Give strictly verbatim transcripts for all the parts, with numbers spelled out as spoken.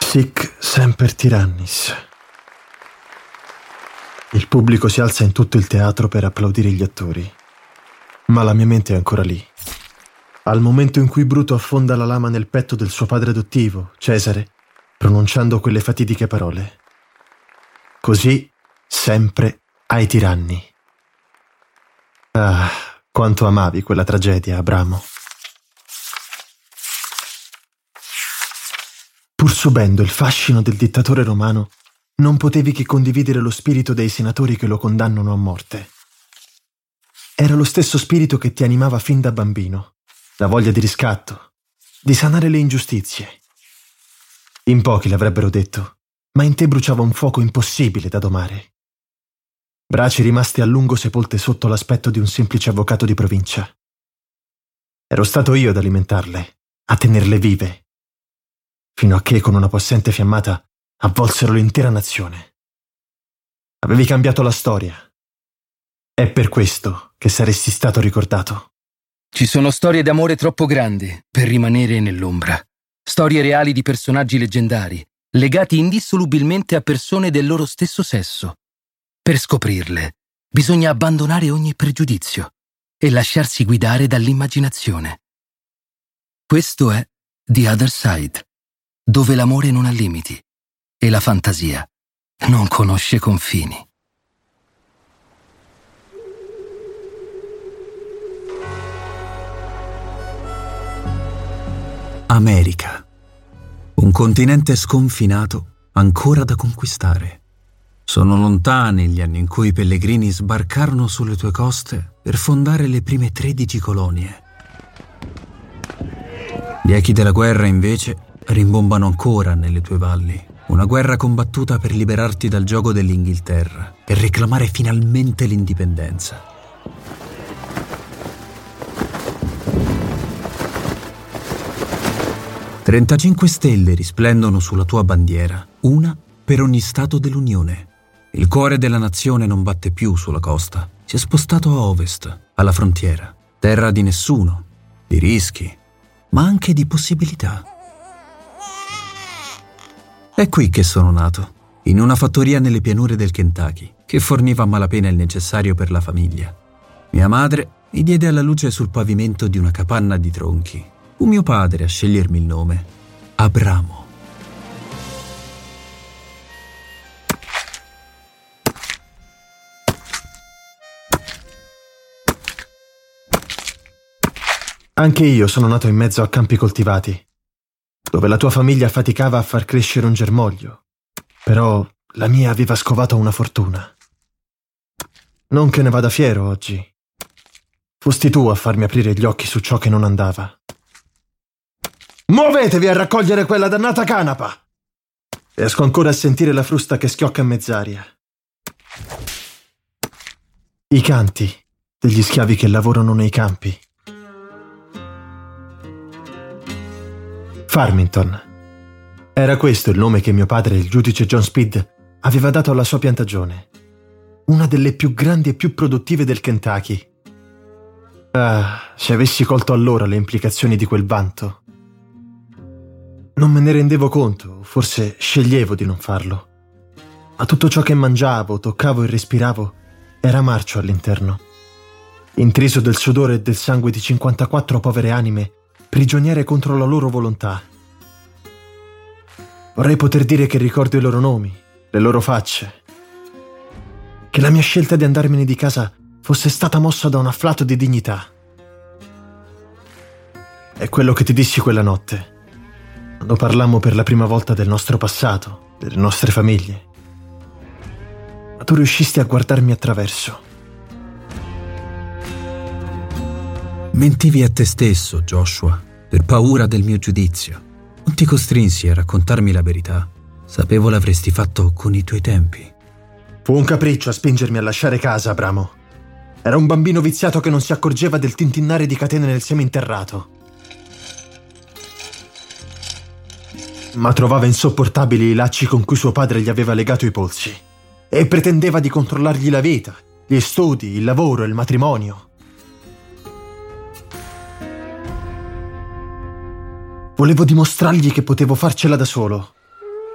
Sic semper tyrannis. Il pubblico si alza in tutto il teatro per applaudire gli attori, ma la mia mente è ancora lì, al momento in cui Bruto affonda la lama nel petto del suo padre adottivo, Cesare, pronunciando quelle fatidiche parole. Così sempre ai tiranni. Ah, quanto amavi quella tragedia, Abramo. Pur subendo il fascino del dittatore romano, non potevi che condividere lo spirito dei senatori che lo condannano a morte. Era lo stesso spirito che ti animava fin da bambino, la voglia di riscatto, di sanare le ingiustizie. In pochi l'avrebbero detto, ma in te bruciava un fuoco impossibile da domare. Braci rimaste a lungo sepolte sotto l'aspetto di un semplice avvocato di provincia. Ero stato io ad alimentarle, a tenerle vive, fino a che con una possente fiammata avvolsero l'intera nazione. Avevi cambiato la storia. È per questo che saresti stato ricordato. Ci sono storie d'amore troppo grandi per rimanere nell'ombra. Storie reali di personaggi leggendari, legati indissolubilmente a persone del loro stesso sesso. Per scoprirle, bisogna abbandonare ogni pregiudizio e lasciarsi guidare dall'immaginazione. Questo è The Other Side, dove l'amore non ha limiti e la fantasia non conosce confini. America. Un continente sconfinato ancora da conquistare. Sono lontani gli anni in cui i pellegrini sbarcarono sulle tue coste per fondare le prime tredici colonie. Gli echi della guerra, invece, rimbombano ancora nelle tue valli. Una guerra combattuta per liberarti dal giogo dell'Inghilterra e reclamare finalmente l'indipendenza. trentacinque stelle risplendono sulla tua bandiera, una per ogni stato dell'Unione. Il cuore della nazione non batte più sulla costa, si è spostato a ovest, alla frontiera, terra di nessuno, di rischi, ma anche di possibilità. È qui che sono nato, in una fattoria nelle pianure del Kentucky, che forniva a malapena il necessario per la famiglia. Mia madre mi diede alla luce sul pavimento di una capanna di tronchi. Fu mio padre a scegliermi il nome, Abramo. Anche io sono nato in mezzo a campi coltivati, dove la tua famiglia faticava a far crescere un germoglio, però la mia aveva scovato una fortuna. Non che ne vada fiero oggi. Fosti tu a farmi aprire gli occhi su ciò che non andava. Muovetevi a raccogliere quella dannata canapa! Riesco ancora a sentire la frusta che schiocca a mezz'aria. I canti degli schiavi che lavorano nei campi. Farmington. Era questo il nome che mio padre, il giudice John Speed, aveva dato alla sua piantagione. Una delle più grandi e più produttive del Kentucky. Ah, se avessi colto allora le implicazioni di quel vanto. Non me ne rendevo conto, forse sceglievo di non farlo. Ma tutto ciò che mangiavo, toccavo e respiravo era marcio all'interno, intriso del sudore e del sangue di cinquantaquattro povere anime, prigioniere contro la loro volontà. Vorrei poter dire che ricordo i loro nomi, le loro facce, che la mia scelta di andarmene di casa fosse stata mossa da un afflato di dignità. È quello che ti dissi quella notte, quando parlammo per la prima volta del nostro passato, delle nostre famiglie. Ma tu riuscisti a guardarmi attraverso. Mentivi a te stesso, Joshua, per paura del mio giudizio. Non ti costrinsi a raccontarmi la verità. Sapevo l'avresti fatto con i tuoi tempi. Fu un capriccio a spingermi a lasciare casa, Abramo. Era un bambino viziato che non si accorgeva del tintinnare di catene nel seminterrato. Ma trovava insopportabili i lacci con cui suo padre gli aveva legato i polsi e pretendeva di controllargli la vita, gli studi, il lavoro e il matrimonio. Volevo dimostrargli che potevo farcela da solo,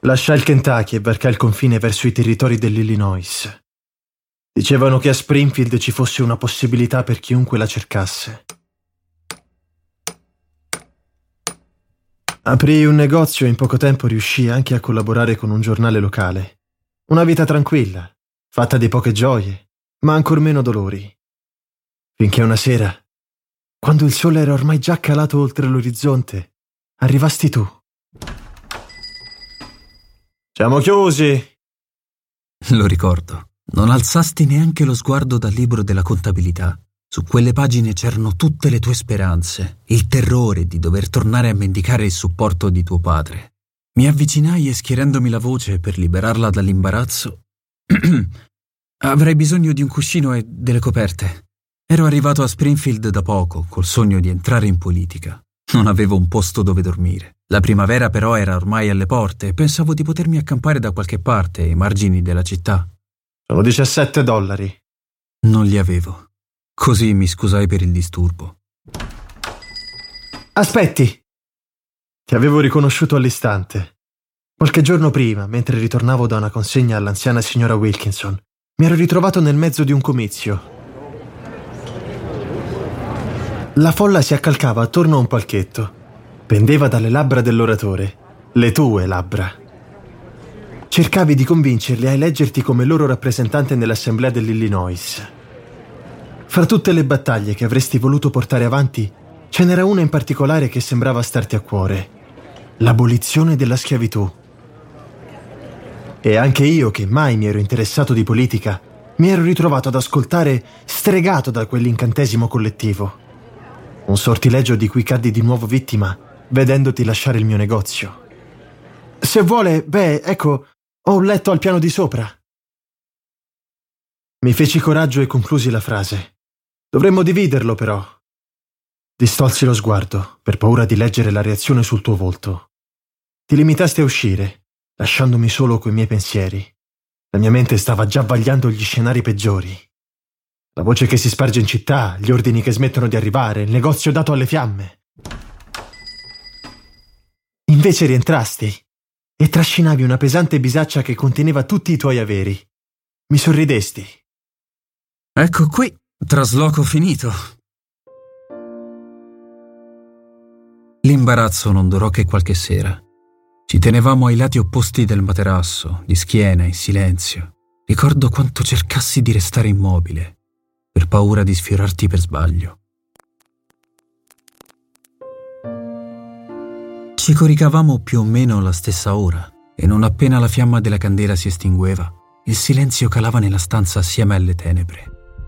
Lasciai il Kentucky e varcai il confine verso i territori dell'Illinois. Dicevano che a Springfield ci fosse una possibilità per chiunque la cercasse. Aprii un negozio e in poco tempo riuscii anche a collaborare con un giornale locale. Una vita tranquilla, fatta di poche gioie, ma ancor meno dolori. Finché una sera, quando il sole era ormai già calato oltre l'orizzonte, arrivasti tu. Siamo chiusi! Lo ricordo. Non alzasti neanche lo sguardo dal libro della contabilità. Su quelle pagine c'erano tutte le tue speranze, il terrore di dover tornare a mendicare il supporto di tuo padre. Mi avvicinai e schierandomi la voce per liberarla dall'imbarazzo, avrei bisogno di un cuscino e delle coperte. Ero arrivato a Springfield da poco, col sogno di entrare in politica. Non avevo un posto dove dormire. La primavera però era ormai alle porte e pensavo di potermi accampare da qualche parte ai margini della città. Sono diciassette dollari. Non li avevo. Così mi scusai per il disturbo. Aspetti! Ti avevo riconosciuto all'istante. Qualche giorno prima, mentre ritornavo da una consegna all'anziana signora Wilkinson, mi ero ritrovato nel mezzo di un comizio. La folla si accalcava attorno a un palchetto. Pendeva dalle labbra dell'oratore, le tue labbra. Cercavi di convincerli a eleggerti come loro rappresentante nell'assemblea dell'Illinois. Fra tutte le battaglie che avresti voluto portare avanti, ce n'era una in particolare che sembrava starti a cuore: l'abolizione della schiavitù. E anche io, che mai mi ero interessato di politica, mi ero ritrovato ad ascoltare stregato da quell'incantesimo collettivo. Un sortileggio di cui caddi di nuovo vittima, vedendoti lasciare il mio negozio. Se vuole, beh, ecco, ho un letto al piano di sopra. Mi feci coraggio e conclusi la frase. Dovremmo dividerlo, però. Distolsi lo sguardo, per paura di leggere la reazione sul tuo volto. Ti limitasti a uscire, lasciandomi solo coi miei pensieri. La mia mente stava già vagliando gli scenari peggiori. La voce che si sparge in città, gli ordini che smettono di arrivare, il negozio dato alle fiamme. Invece rientrasti e trascinavi una pesante bisaccia che conteneva tutti i tuoi averi. Mi sorridesti. Ecco qui, trasloco finito. L'imbarazzo non durò che qualche sera. Ci tenevamo ai lati opposti del materasso, di schiena, in silenzio. Ricordo quanto cercassi di restare immobile, per paura di sfiorarti per sbaglio. Ci coricavamo più o meno alla stessa ora e non appena la fiamma della candela si estingueva, il silenzio calava nella stanza assieme alle tenebre.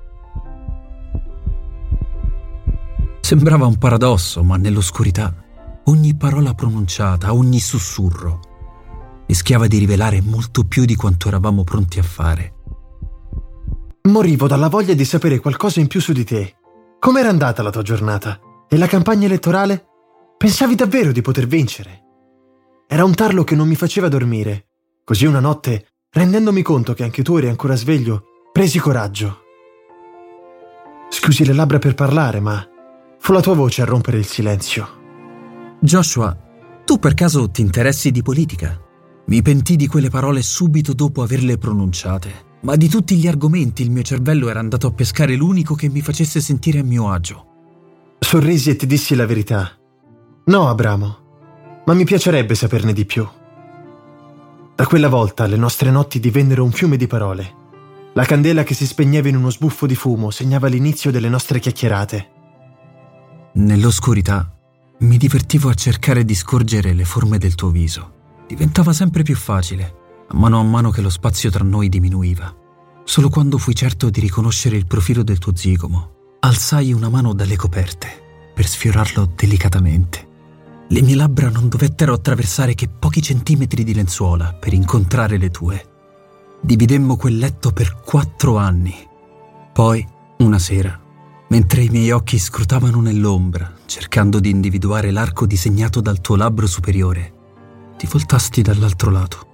Sembrava un paradosso, ma nell'oscurità ogni parola pronunciata, ogni sussurro rischiava di rivelare molto più di quanto eravamo pronti a fare. Morivo dalla voglia di sapere qualcosa in più su di te. Com'era andata la tua giornata? E la campagna elettorale? Pensavi davvero di poter vincere? Era un tarlo che non mi faceva dormire. Così una notte, rendendomi conto che anche tu eri ancora sveglio, presi coraggio. Schiusi le labbra per parlare, ma fu la tua voce a rompere il silenzio. Joshua, tu per caso ti interessi di politica? Mi pentii di quelle parole subito dopo averle pronunciate. Ma di tutti gli argomenti il mio cervello era andato a pescare l'unico che mi facesse sentire a mio agio. Sorrisi e ti dissi la verità. No, Abramo, ma mi piacerebbe saperne di più. Da quella volta le nostre notti divennero un fiume di parole. La candela che si spegneva in uno sbuffo di fumo segnava l'inizio delle nostre chiacchierate. Nell'oscurità mi divertivo a cercare di scorgere le forme del tuo viso. Diventava sempre più facile, a mano a mano che lo spazio tra noi diminuiva. Solo quando fui certo di riconoscere il profilo del tuo zigomo, alzai una mano dalle coperte per sfiorarlo delicatamente. Le mie labbra non dovettero attraversare che pochi centimetri di lenzuola per incontrare le tue. Dividemmo quel letto per quattro anni. Poi, una sera, mentre i miei occhi scrutavano nell'ombra, cercando di individuare l'arco disegnato dal tuo labbro superiore, ti voltasti dall'altro lato.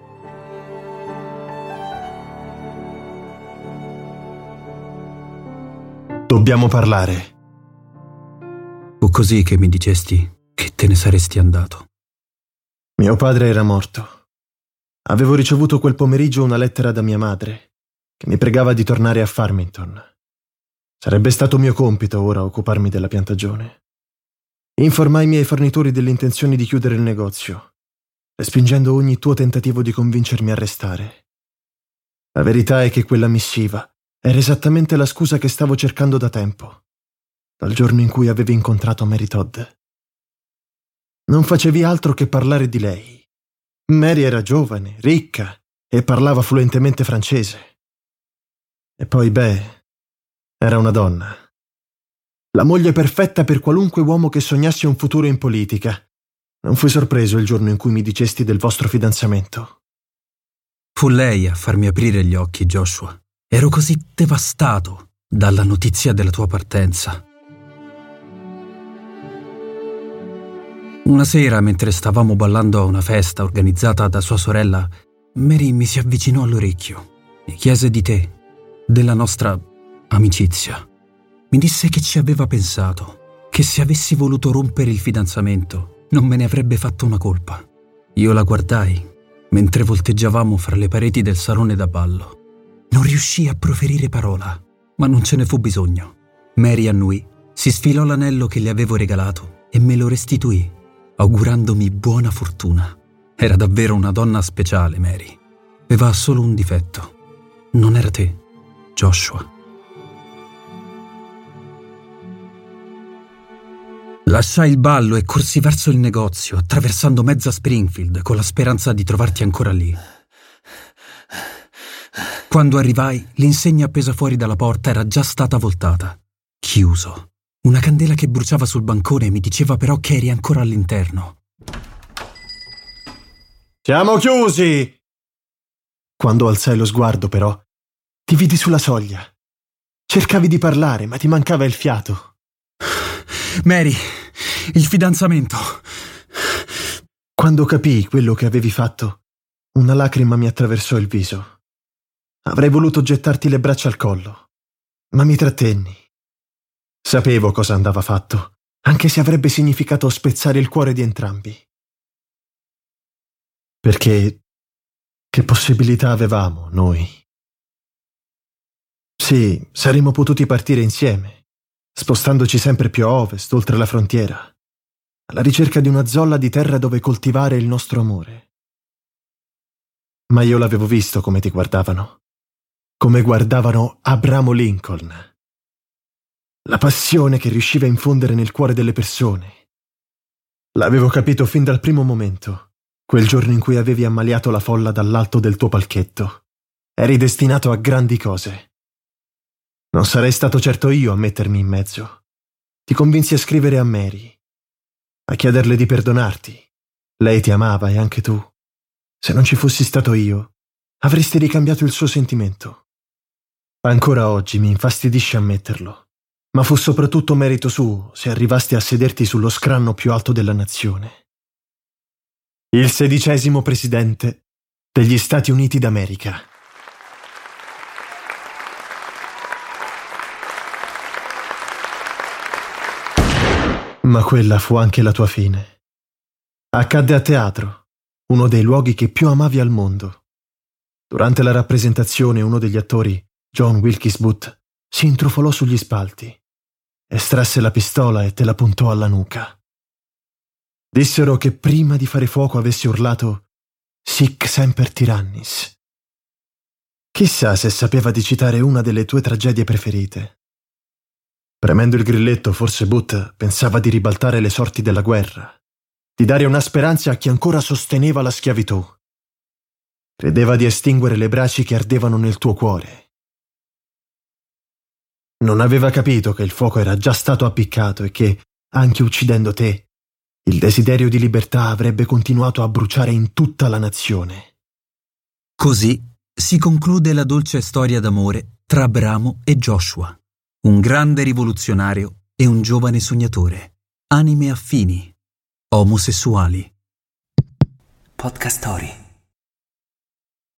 Dobbiamo parlare. Fu così che mi dicesti che te ne saresti andato. Mio padre era morto. Avevo ricevuto quel pomeriggio una lettera da mia madre, che mi pregava di tornare a Farmington. Sarebbe stato mio compito ora occuparmi della piantagione. Informai i miei fornitori delle intenzioni di chiudere il negozio, respingendo ogni tuo tentativo di convincermi a restare. La verità è che quella missiva era esattamente la scusa che stavo cercando da tempo, dal giorno in cui avevi incontrato Mary Todd. Non facevi altro che parlare di lei. Mary era giovane, ricca e parlava fluentemente francese. E poi, beh, era una donna. La moglie perfetta per qualunque uomo che sognasse un futuro in politica. Non fui sorpreso il giorno in cui mi dicesti del vostro fidanzamento. Fu lei a farmi aprire gli occhi, Joshua. Ero così devastato dalla notizia della tua partenza. Una sera, mentre stavamo ballando a una festa organizzata da sua sorella, Mary mi si avvicinò all'orecchio e chiese di te, della nostra amicizia. Mi disse che ci aveva pensato, che se avessi voluto rompere il fidanzamento non me ne avrebbe fatto una colpa. Io la guardai mentre volteggiavamo fra le pareti del salone da ballo. Non riuscii a proferire parola, ma non ce ne fu bisogno. Mary annui, si sfilò l'anello che le avevo regalato e me lo restituì, augurandomi buona fortuna. Era davvero una donna speciale, Mary. Aveva solo un difetto. Non era te, Joshua. Lasciai il ballo e corsi verso il negozio, attraversando mezza Springfield con la speranza di trovarti ancora lì. Quando arrivai, l'insegna appesa fuori dalla porta era già stata voltata. Chiuso. Una candela che bruciava sul bancone mi diceva però che eri ancora all'interno. Siamo chiusi! Quando alzai lo sguardo, però, ti vidi sulla soglia. Cercavi di parlare, ma ti mancava il fiato. Mary, il fidanzamento. Quando capii quello che avevi fatto, una lacrima mi attraversò il viso. Avrei voluto gettarti le braccia al collo, ma mi trattenni. Sapevo cosa andava fatto, anche se avrebbe significato spezzare il cuore di entrambi. Perché che possibilità avevamo, noi? Sì, saremmo potuti partire insieme, spostandoci sempre più a ovest, oltre la frontiera, alla ricerca di una zolla di terra dove coltivare il nostro amore. Ma io l'avevo visto come ti guardavano, come guardavano Abramo Lincoln. La passione che riusciva a infondere nel cuore delle persone. L'avevo capito fin dal primo momento, quel giorno in cui avevi ammaliato la folla dall'alto del tuo palchetto. Eri destinato a grandi cose. Non sarei stato certo io a mettermi in mezzo. Ti convinsi a scrivere a Mary, a chiederle di perdonarti. Lei ti amava e anche tu. Se non ci fossi stato io, avresti ricambiato il suo sentimento. Ancora oggi mi infastidisce ammetterlo, ma fu soprattutto merito suo se arrivasti a sederti sullo scranno più alto della nazione. Il sedicesimo presidente degli Stati Uniti d'America. Ma quella fu anche la tua fine. Accadde a teatro, uno dei luoghi che più amavi al mondo. Durante la rappresentazione uno degli attori, John Wilkes Booth, si intrufolò sugli spalti, estrasse la pistola e te la puntò alla nuca. Dissero che prima di fare fuoco avessi urlato «Sic semper tyrannis». Chissà se sapeva di citare una delle tue tragedie preferite. Premendo il grilletto, forse Booth pensava di ribaltare le sorti della guerra, di dare una speranza a chi ancora sosteneva la schiavitù. Credeva di estinguere le braci che ardevano nel tuo cuore. Non aveva capito che il fuoco era già stato appiccato e che, anche uccidendo te, il desiderio di libertà avrebbe continuato a bruciare in tutta la nazione. Così si conclude la dolce storia d'amore tra Abramo e Joshua. Un grande rivoluzionario e un giovane sognatore, anime affini, omosessuali. Podcast Story.